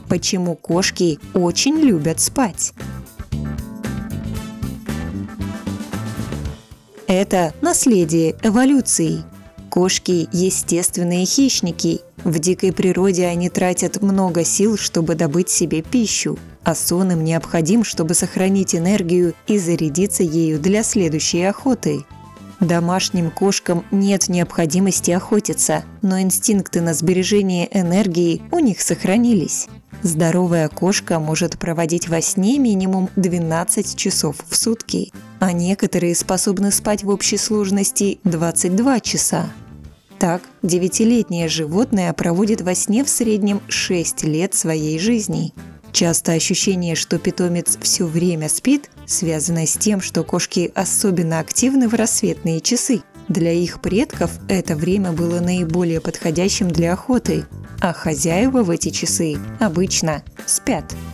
Почему кошки очень любят спать? Это наследие эволюции. Кошки – естественные хищники. В дикой природе они тратят много сил, чтобы добыть себе пищу, а сон им необходим, чтобы сохранить энергию и зарядиться ею для следующей охоты. Домашним кошкам нет необходимости охотиться, но инстинкты на сбережение энергии у них сохранились. Здоровая кошка может проводить во сне минимум 12 часов в сутки, а некоторые способны спать в общей сложности 22 часа. Так, 9-летнее животное проводит во сне в среднем 6 лет своей жизни. Часто ощущение, что питомец все время спит, связано с тем, что кошки особенно активны в рассветные часы. Для их предков это время было наиболее подходящим для охоты, а хозяева в эти часы обычно спят.